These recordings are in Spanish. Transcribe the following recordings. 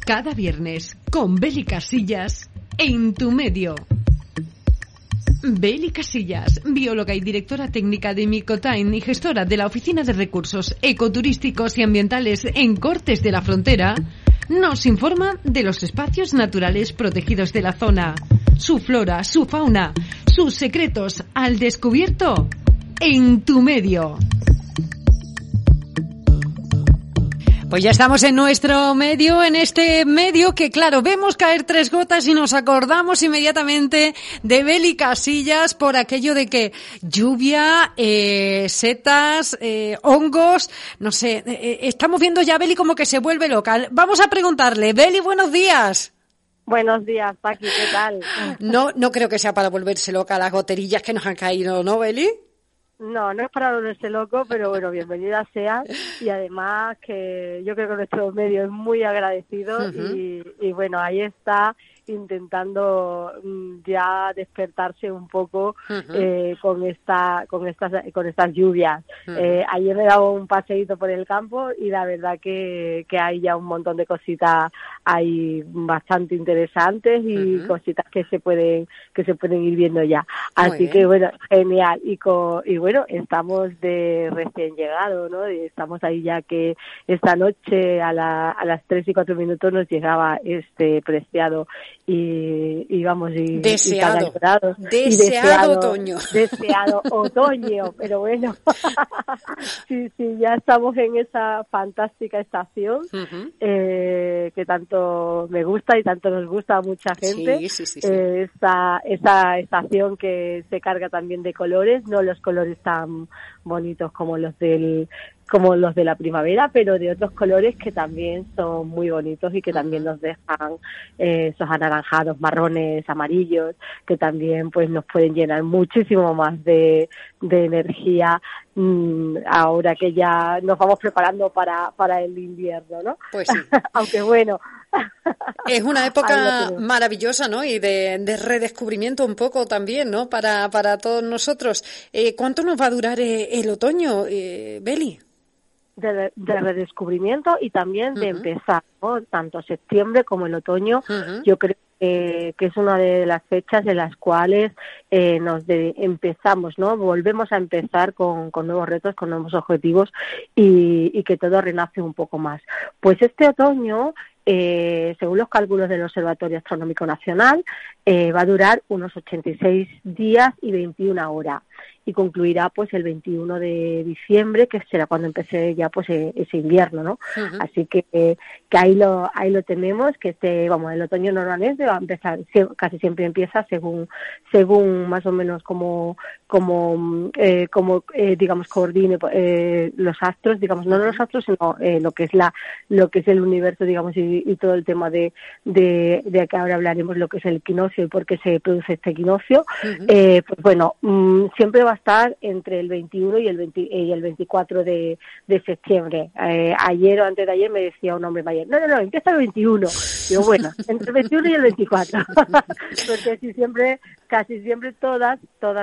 Cada viernes con Beli Casillas en Tu Medio. Beli Casillas, bióloga y directora técnica de Micotain y gestora de la Oficina de Recursos Ecoturísticos y Ambientales en Cortes de la Frontera, nos informa de los espacios naturales protegidos de la zona, su flora, su fauna, sus secretos al descubierto en Tu Medio. Pues ya estamos en nuestro medio, en este medio que, claro, vemos caer 3 gotas y nos acordamos inmediatamente de Beli Casillas por aquello de que lluvia, setas, hongos, no sé, estamos viendo ya a Beli como que se vuelve loca. Vamos a preguntarle, Beli, buenos días. Buenos días, Paqui, ¿qué tal? No creo que sea para volverse loca las goterillas que nos han caído, ¿no, Beli? No es para volverse loco, pero bueno, bienvenida sea. Y además que yo creo que nuestro medio es muy agradecido y bueno, ahí está intentando ya despertarse un poco con estas lluvias. Ayer me he dado un paseíto por el campo y la verdad que hay ya un montón de cositas ahí bastante interesantes y cositas que se pueden ir viendo ya. Así que bueno, genial. Y bueno, estamos de recién llegado, ¿no? Y estamos ahí ya que esta noche a las 3:04 nos llegaba este preciado y vamos deseado otoño. Deseado otoño, pero bueno, sí, ya estamos en esa fantástica estación que tanto me gusta y tanto nos gusta a mucha gente. Sí. Esa estación que se carga también de colores, no los colores tan bonitos como los de la primavera, pero de otros colores que también son muy bonitos y que también nos dejan esos anaranjados, marrones, amarillos, que también pues nos pueden llenar muchísimo más de energía ahora que ya nos vamos preparando para el invierno, ¿no? Pues sí. Aunque bueno. Es una época maravillosa, ¿no? Y de redescubrimiento un poco también, ¿no? Para todos nosotros. ¿Cuánto nos va a durar el otoño, Beli? De redescubrimiento y también de empezar, ¿no? Tanto septiembre como el otoño, yo creo que es una de las fechas en las cuales empezamos, ¿no? Volvemos a empezar con nuevos retos, con nuevos objetivos y que todo renace un poco más. Pues este otoño, según los cálculos del Observatorio Astronómico Nacional, va a durar unos 86 días y 21 horas. Y concluirá pues el 21 de diciembre, que será cuando empecé ya pues ese invierno, ¿no? Así que ahí lo tenemos, que el otoño normalmente va a empezar, casi siempre empieza según más o menos como digamos coordine los astros, digamos, no los astros, sino lo que es el universo, digamos, y todo el tema de que ahora hablaremos, lo que es el equinoccio y por qué se produce este equinoccio. Pues bueno, siempre va a estar entre el 21 y el 24 de septiembre. Ayer o antes de ayer me decía un hombre mayor, no, empieza el 21. Digo, bueno, entre el 21 y el 24. Porque casi siempre todas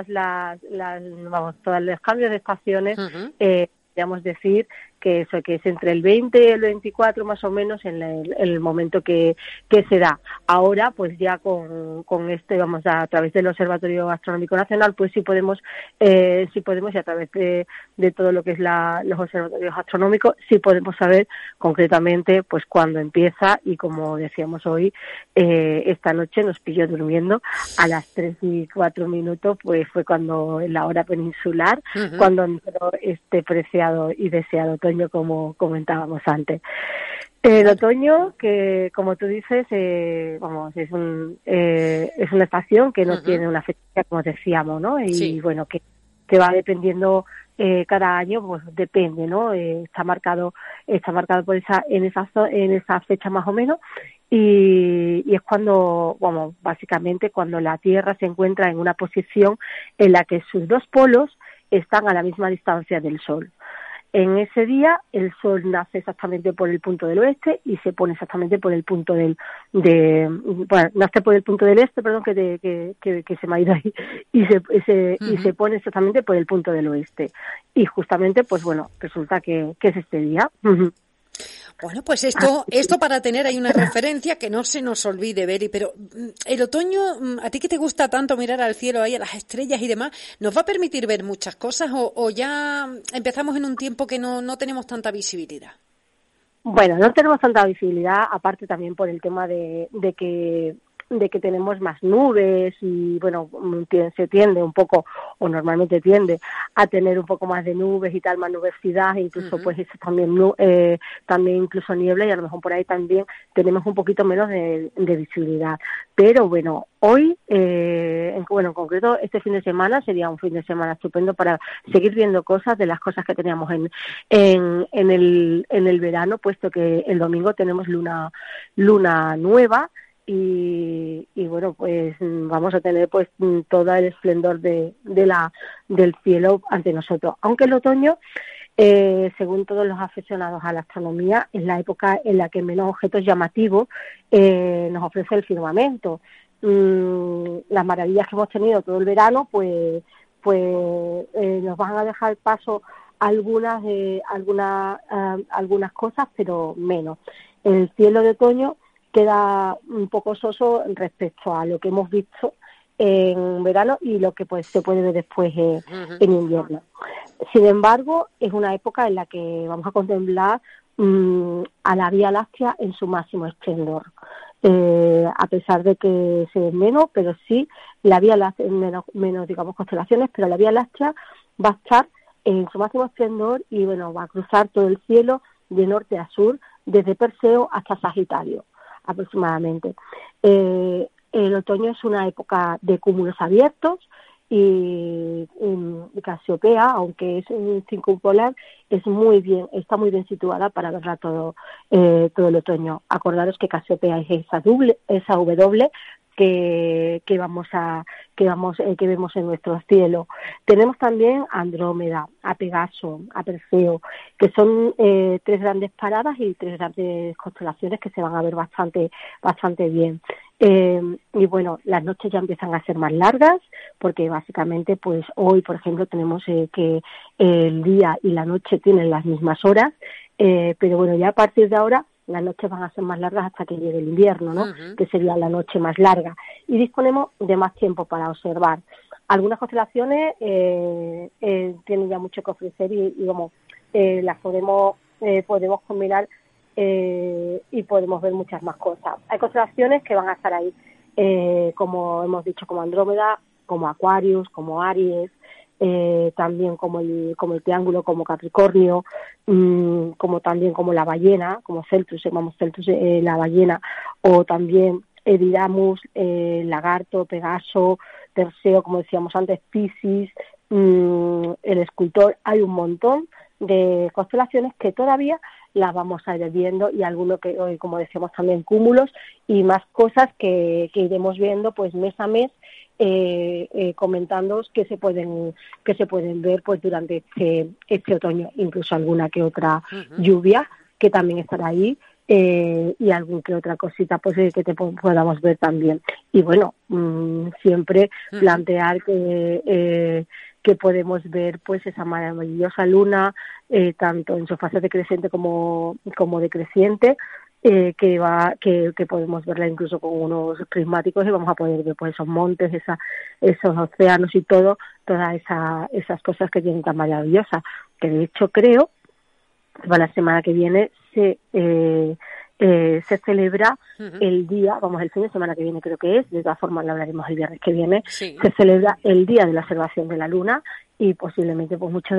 los cambios de estaciones, podríamos decir que es entre el 20 y el 24 más o menos en el momento que se da. Ahora pues ya con vamos a través del Observatorio Astronómico Nacional pues sí podemos y a través de todo lo que es los observatorios astronómicos sí podemos saber concretamente pues cuándo empieza, y como decíamos hoy, esta noche nos pilló durmiendo a las 3:04, pues fue cuando en la hora peninsular, cuando entró este preciado y deseado otoño, como comentábamos antes. El otoño, que como tú dices, es una estación que no tiene una fecha, como decíamos, ¿no? Y bueno, que va dependiendo cada año, pues depende, ¿no? Está marcado por en esa fecha más o menos, y es cuando, básicamente cuando la Tierra se encuentra en una posición en la que sus dos polos están a la misma distancia del Sol. En ese día el Sol nace exactamente por el punto del oeste y se pone exactamente por el punto nace por el punto del este, perdón, que se me ha ido ahí, y se pone exactamente por el punto del oeste. Y justamente, pues bueno, resulta que es este día. Bueno, pues esto para tener ahí una referencia que no se nos olvide, Beli, pero el otoño, a ti que te gusta tanto mirar al cielo, ahí a las estrellas y demás, ¿nos va a permitir ver muchas cosas o ya empezamos en un tiempo que no tenemos tanta visibilidad? Bueno, no tenemos tanta visibilidad, aparte también por el tema de que tenemos más nubes y, bueno, se tiende un poco, o normalmente tiende a tener un poco más de nubes y tal, más nubosidad, incluso pues eso también incluso niebla, y a lo mejor por ahí también tenemos un poquito menos de visibilidad. Pero bueno, hoy, en concreto, este fin de semana sería un fin de semana estupendo para seguir viendo cosas de las cosas que teníamos en el verano, puesto que el domingo tenemos luna nueva. Y bueno, pues vamos a tener pues todo el esplendor del cielo ante nosotros. Aunque el otoño, según todos los aficionados a la astronomía, es la época en la que menos objetos llamativos nos ofrece el firmamento. Las maravillas que hemos tenido todo el verano, pues nos van a dejar paso algunas cosas, pero menos. El cielo de otoño queda un poco soso respecto a lo que hemos visto en verano y lo que pues se puede ver después en invierno. Sin embargo, es una época en la que vamos a contemplar a la Vía Láctea en su máximo esplendor. A pesar de que se ve menos, pero sí, la Vía Láctea, menos digamos constelaciones, pero la Vía Láctea va a estar en su máximo esplendor y bueno, va a cruzar todo el cielo de norte a sur, desde Perseo hasta Sagitario aproximadamente. El otoño es una época de cúmulos abiertos y Casiopea, aunque es un circumpolar, está muy bien situada para verla todo el otoño. Acordaros que Casiopea es esa W que vemos en nuestro cielo. Tenemos también a Andrómeda, a Pegaso, a Perseo, que son tres grandes paradas y tres grandes constelaciones que se van a ver bastante bien. Y bueno, las noches ya empiezan a ser más largas, porque básicamente pues hoy, por ejemplo, tenemos que el día y la noche tienen las mismas horas, pero bueno, ya a partir de ahora las noches van a ser más largas hasta que llegue el invierno, ¿no? Que sería la noche más larga. Y disponemos de más tiempo para observar. Algunas constelaciones tienen ya mucho que ofrecer y como las podemos combinar y podemos ver muchas más cosas. Hay constelaciones que van a estar ahí, como hemos dicho, como Andrómeda, como Aquarius, como Aries, también como el Triángulo, como Capricornio, como también como la ballena, como Celtus, la ballena, o también Eridammus, Lagarto, Pegaso, Perseo, como decíamos antes, Piscis, el Escultor. Hay un montón de constelaciones que todavía las vamos a ir viendo y algunos que hoy, como decíamos, también cúmulos y más cosas que iremos viendo pues mes a mes, comentándoos que se pueden ver pues durante este otoño, incluso alguna que otra lluvia que también estará ahí, y algún que otra cosita pues que podamos ver también. Y bueno, siempre plantear que podemos ver pues esa maravillosa luna, tanto en su fase decreciente como decreciente, que podemos verla incluso con unos prismáticos y vamos a poder ver pues esos montes, esos océanos y todas esas cosas que tienen tan maravillosas, que de hecho creo que para la semana que viene se celebra el día, el fin de semana que viene creo que es, de todas formas lo hablaremos el viernes que viene, se celebra el día de la observación de la luna y posiblemente pues muchos de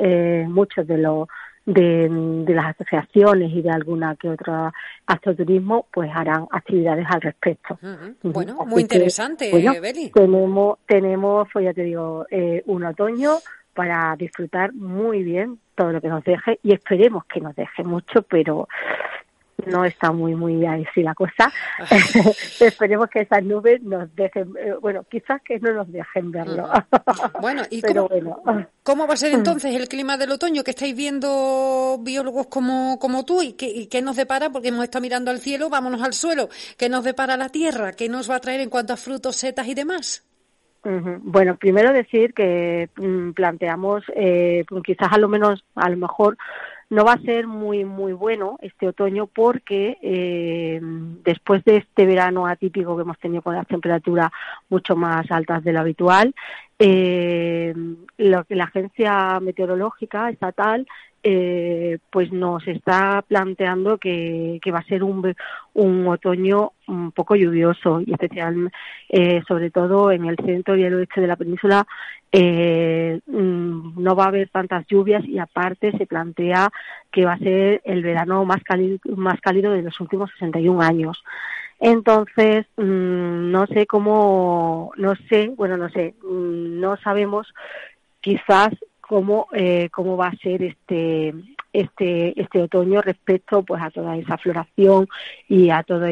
las asociaciones y de alguna que otra astroturismo pues harán actividades al respecto. Bueno, así muy interesante, Beli. Tenemos pues ya te digo, un otoño para disfrutar muy bien todo lo que nos deje y esperemos que nos deje mucho, pero no está muy así la cosa. Esperemos que esas nubes nos dejen, quizás que no nos dejen verlo. Bueno, ¿y pero cómo va a ser entonces el clima del otoño que estáis viendo biólogos como tú y qué nos depara? Porque hemos estado mirando al cielo, vámonos al suelo. ¿Qué nos depara la tierra? ¿Qué nos va a traer en cuanto a frutos, setas y demás? Bueno, primero decir que planteamos, quizás a lo mejor no va a ser muy bueno este otoño porque después de este verano atípico que hemos tenido con las temperaturas mucho más altas de lo habitual, lo que la Agencia Meteorológica Estatal pues nos está planteando que va a ser un otoño un poco lluvioso y especialmente sobre todo en el centro y el oeste de la península no va a haber tantas lluvias y aparte se plantea que va a ser el verano más cálido de los últimos 61 años. Entonces, no sabemos quizás cómo va a ser este otoño respecto pues a toda esa floración y a todo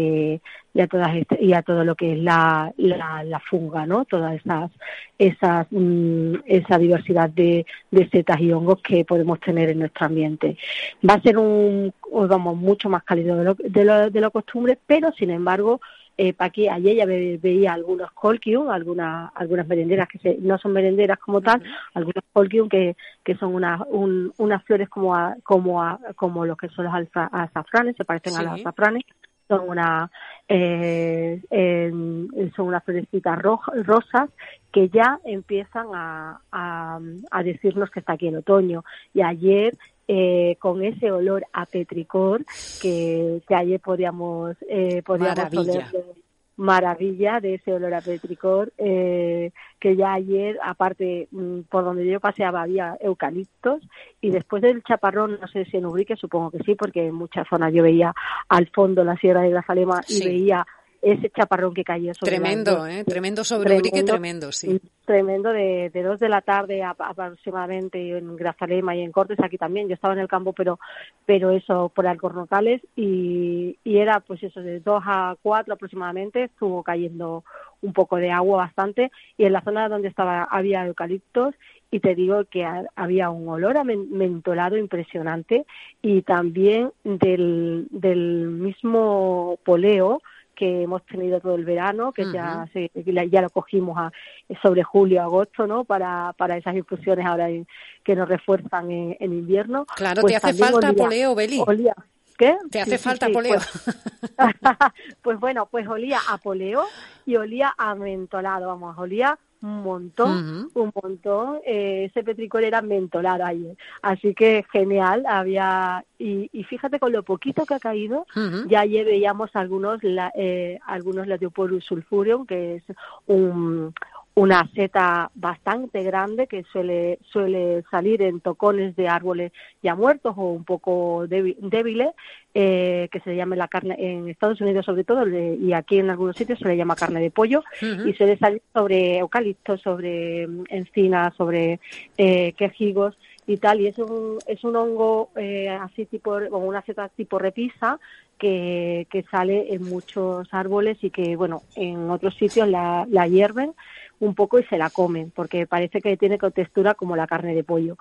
lo que es la funga, ¿no? Todas esa diversidad de setas y hongos que podemos tener en nuestro ambiente. Va a ser mucho más cálido de lo costumbre, pero sin embargo Paqui, ayer ya veía algunos colquium, algunas merenderas que no son merenderas como tal, algunos colquium que son unas flores como lo que son los azafranes, se parecen a los azafranes, son unas florecitas rosas que ya empiezan a decirnos que está aquí el otoño. Y ayer con ese olor a petricor que ayer podíamos oler, maravilla de ese olor a petricor, que ya ayer, aparte, por donde yo paseaba había eucaliptos, y después del chaparrón, no sé si en Ubrique, supongo que sí, porque en muchas zonas yo veía al fondo la Sierra de Grazalema y veía ese chaparrón que cayó sobre tremendo sobre Ubrique, tremendo, sí. Tremendo, de 2 de la tarde aproximadamente en Grazalema y en Cortes, aquí también. Yo estaba en el campo, pero eso, por Alcornocales, y era pues eso, de 2 a 4 aproximadamente, estuvo cayendo un poco de agua bastante, y en la zona donde estaba había eucaliptos, y te digo que había un olor a mentolado impresionante, y también del mismo poleo que hemos tenido todo el verano, que ya lo cogimos sobre julio, agosto, ¿no? Para esas infusiones ahora que nos refuerzan en invierno. Claro, pues te hace falta poleo, Beli. ¿Qué? Te hace falta poleo. Pues bueno, pues olía a poleo y olía a mentolado, olía un montón. Ese petricor era mentolado ayer, así que genial. Y fíjate, con lo poquito que ha caído, ya ayer veíamos algunos Latioporus sulfureum, que es una seta bastante grande que suele salir en tocones de árboles ya muertos o un poco débiles, que se llama la carne, en Estados Unidos sobre todo, y aquí en algunos sitios se le llama carne de pollo, y suele salir sobre eucaliptos, sobre encinas, sobre quejigos y tal, y es un hongo así tipo, o una seta tipo repisa, que sale en muchos árboles y que, bueno, en otros sitios la hierven un poco y se la comen, porque parece que tiene textura como la carne de pollo.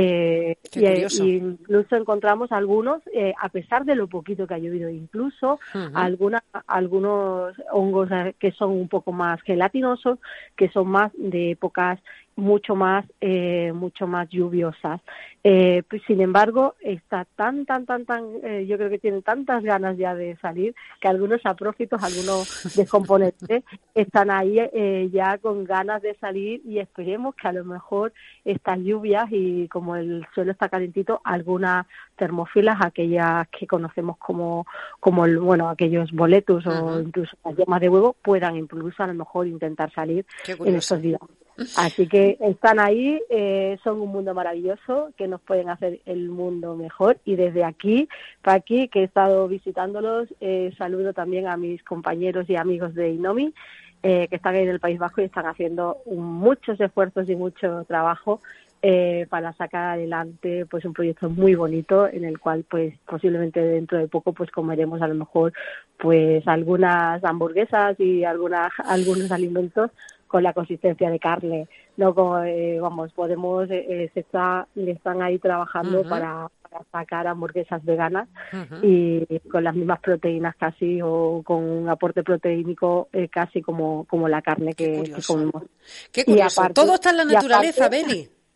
Y incluso encontramos algunos, a pesar de lo poquito que ha llovido, incluso algunos hongos que son un poco más gelatinosos, que son más de épocas mucho más lluviosas. Pues, sin embargo, está tan yo creo que tienen tantas ganas ya de salir, que algunos saprófitos, algunos descomponentes están ahí ya con ganas de salir, y esperemos que a lo mejor estas lluvias, y como el suelo está calentito, algunas termófilas, aquellas que conocemos como aquellos boletus o incluso las yemas de huevo, puedan incluso a lo mejor intentar salir en estos días. Así que están ahí, son un mundo maravilloso, que nos pueden hacer el mundo mejor, y desde aquí, que he estado visitándolos, saludo también a mis compañeros y amigos de INOMI, que están ahí en el País Vasco y están haciendo muchos esfuerzos y mucho trabajo para sacar adelante pues un proyecto muy bonito, en el cual pues posiblemente dentro de poco pues comeremos a lo mejor pues algunas hamburguesas y algunos alimentos con la consistencia de carne, no podemos le están ahí trabajando para sacar hamburguesas veganas y con las mismas proteínas casi, o con un aporte proteínico casi como la carne que comemos. Qué curioso. Aparte, todo está en la naturaleza, Beli.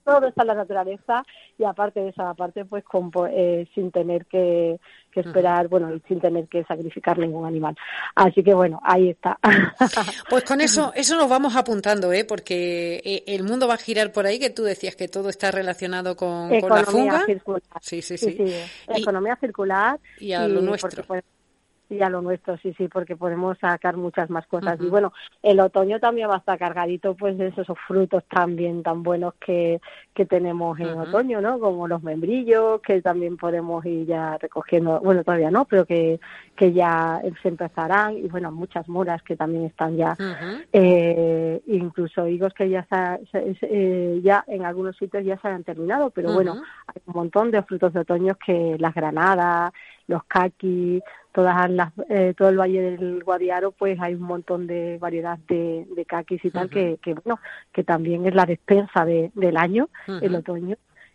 todo está en la naturaleza y aparte de esa parte pues sin tener que esperar, bueno, y sin tener que sacrificar ningún animal. Así que bueno, ahí está. Pues con eso nos vamos apuntando, porque el mundo va a girar por ahí, que tú decías que todo está relacionado con la funga. Circular. Sí. Economía circular y a lo nuestro. Y a lo nuestro, sí, porque podemos sacar muchas más cosas. Y bueno, el otoño también va a estar cargadito pues de esos frutos también tan buenos que tenemos en otoño, ¿no? Como los membrillos, que también podemos ir ya recogiendo, bueno, todavía no, pero que ya se empezarán, y bueno, muchas moras que también están ya, incluso higos que ya ya en algunos sitios ya se han terminado, pero bueno, hay un montón de frutos de otoño, que las granadas, los caquis, todo el valle del Guadiaro, pues hay un montón de variedad de caquis y tal, que bueno, que también es la despensa del año, el otoño,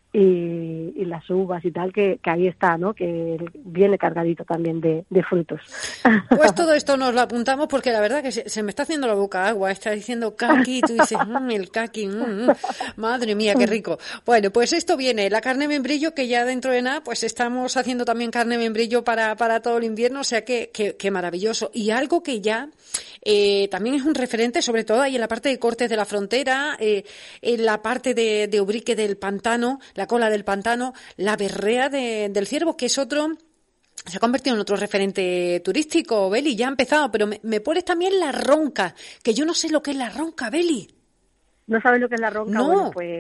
y las uvas y tal, que ahí está, ¿no? Que viene cargadito también de frutos. Pues todo esto nos lo apuntamos, porque la verdad que se me está haciendo la boca agua. Está diciendo caqui, tú dices, el caqui, madre mía, qué rico. Bueno, pues esto viene, la carne de membrillo, que ya dentro de nada, pues estamos haciendo también carne de membrillo para todo el invierno, o sea que maravilloso. Y algo que ya también es un referente, sobre todo ahí en la parte de Cortes de la Frontera, en la parte de Ubrique del Pantano, la cola del pantano, la berrea del ciervo, que es otro, se ha convertido en otro referente turístico, Beli, ya ha empezado, pero me pones también la ronca, que yo no sé lo que es la ronca, Beli. ¿No sabes lo que es la ronca? No. Bueno, pues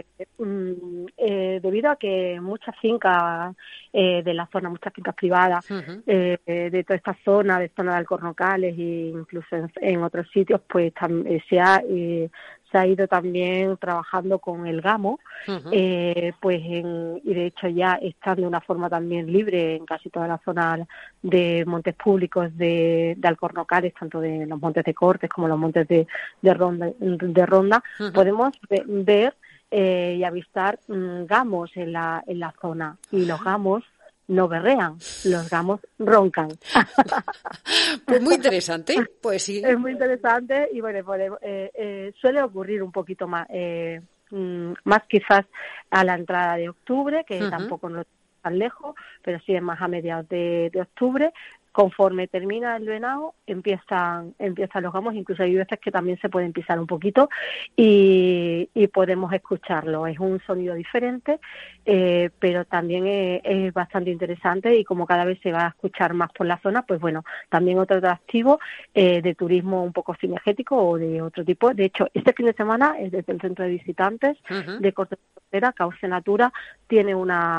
debido a que muchas fincas de la zona, muchas fincas privadas de toda esta zona de Alcornocales e incluso en otros sitios, pues se ha ido también trabajando con el gamo, pues y de hecho ya están de una forma también libre en casi toda la zona de montes públicos de Alcornocales, tanto de los montes de Cortes como los montes de Ronda, podemos ver y avistar gamos en la zona, y los gamos no berrean, los gamos roncan. Pues muy interesante, pues sí. Es muy interesante y bueno, suele ocurrir un poquito más quizás a la entrada de octubre, que tampoco no es tan lejos, pero sí es más a mediados de octubre. Conforme termina el venado, empiezan los gamos, incluso hay veces que también se pueden pisar un poquito y podemos escucharlo. Es un sonido diferente, pero también es bastante interesante, y como cada vez se va a escuchar más por la zona, pues bueno, también otro atractivo de turismo un poco cinegético o de otro tipo. De hecho, este fin de semana, desde el centro de visitantes de Cortes de la Frontera, Cauce Natura, tiene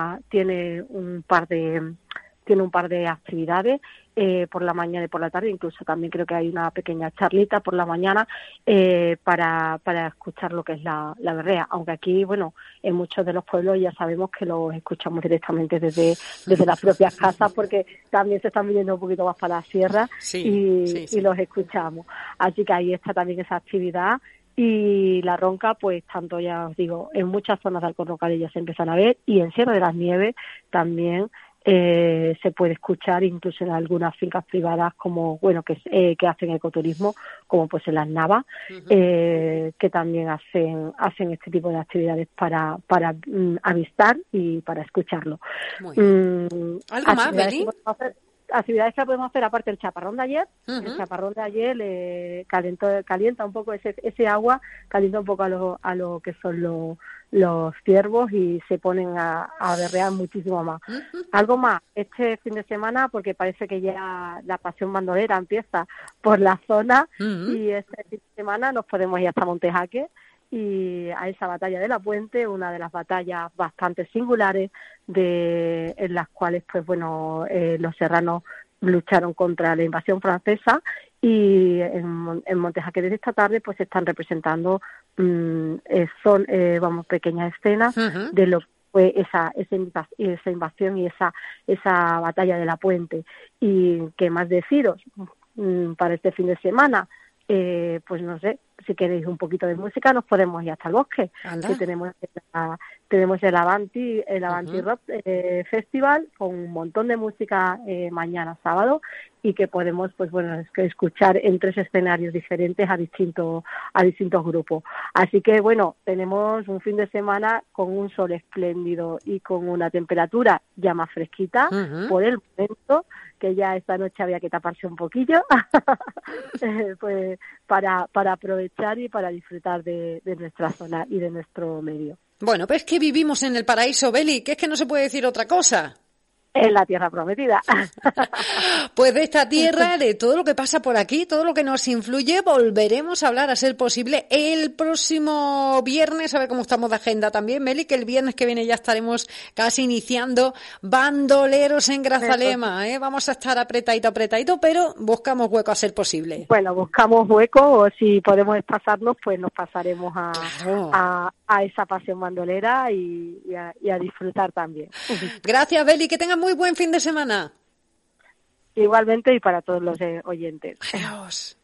un par de actividades por la mañana y por la tarde. Incluso también creo que hay una pequeña charlita por la mañana para escuchar lo que es la berrea, aunque aquí, bueno, en muchos de los pueblos ya sabemos que los escuchamos directamente desde las propias casas, porque también se están viniendo un poquito más para la sierra y los escuchamos. Así que ahí está también esa actividad. Y la ronca, pues tanto, ya os digo, en muchas zonas de Alcornocales ya se empiezan a ver, y en Sierra de las Nieves también se puede escuchar, incluso en algunas fincas privadas, como bueno, que hacen ecoturismo, como pues en las Navas, que también hacen este tipo de actividades para avistar y para escucharlo. ¿Algo más, Beli? Actividades que podemos hacer aparte del chaparrón de ayer. El chaparrón de ayer calienta un poco ese agua, calienta un poco a lo que son los ciervos, y se ponen a berrear muchísimo más. Algo más, este fin de semana, porque parece que ya la pasión bandolera empieza por la zona, y este fin de semana nos podemos ir hasta Montejaque y a esa batalla de la Puente, una de las batallas bastante singulares en las cuales, pues bueno, los serranos lucharon contra la invasión francesa, y en Montejaque desde esta tarde pues se están representando pequeñas escenas de lo que fue esa invasión y esa batalla de la Puente. Y qué más deciros para este fin de semana, pues no sé, si queréis un poquito de música, nos podemos ir hasta el bosque. Anda. Que tenemos el Avanti Rock Festival con un montón de música mañana sábado, y que podemos escuchar en 3 escenarios diferentes a distintos grupos. Así que tenemos un fin de semana con un sol espléndido y con una temperatura ya más fresquita por el momento, que ya esta noche había que taparse un poquillo pues para aprovechar y para disfrutar de nuestra zona y de nuestro medio. Bueno, pues es que vivimos en el paraíso, Beli, que es que no se puede decir otra cosa. En la tierra prometida. Pues de esta tierra, de todo lo que pasa por aquí, todo lo que nos influye, volveremos a hablar, a ser posible, el próximo viernes, a ver cómo estamos de agenda también, Meli, que el viernes que viene ya estaremos casi iniciando Bandoleros en Grazalema, ¿eh? Vamos a estar apretadito, pero buscamos hueco a ser posible. Bueno, buscamos hueco, o si podemos pasarnos, pues nos pasaremos a esa pasión bandolera y a disfrutar también. Gracias, Beli, que tengas muy buen fin de semana. Igualmente, y para todos los oyentes. Adiós.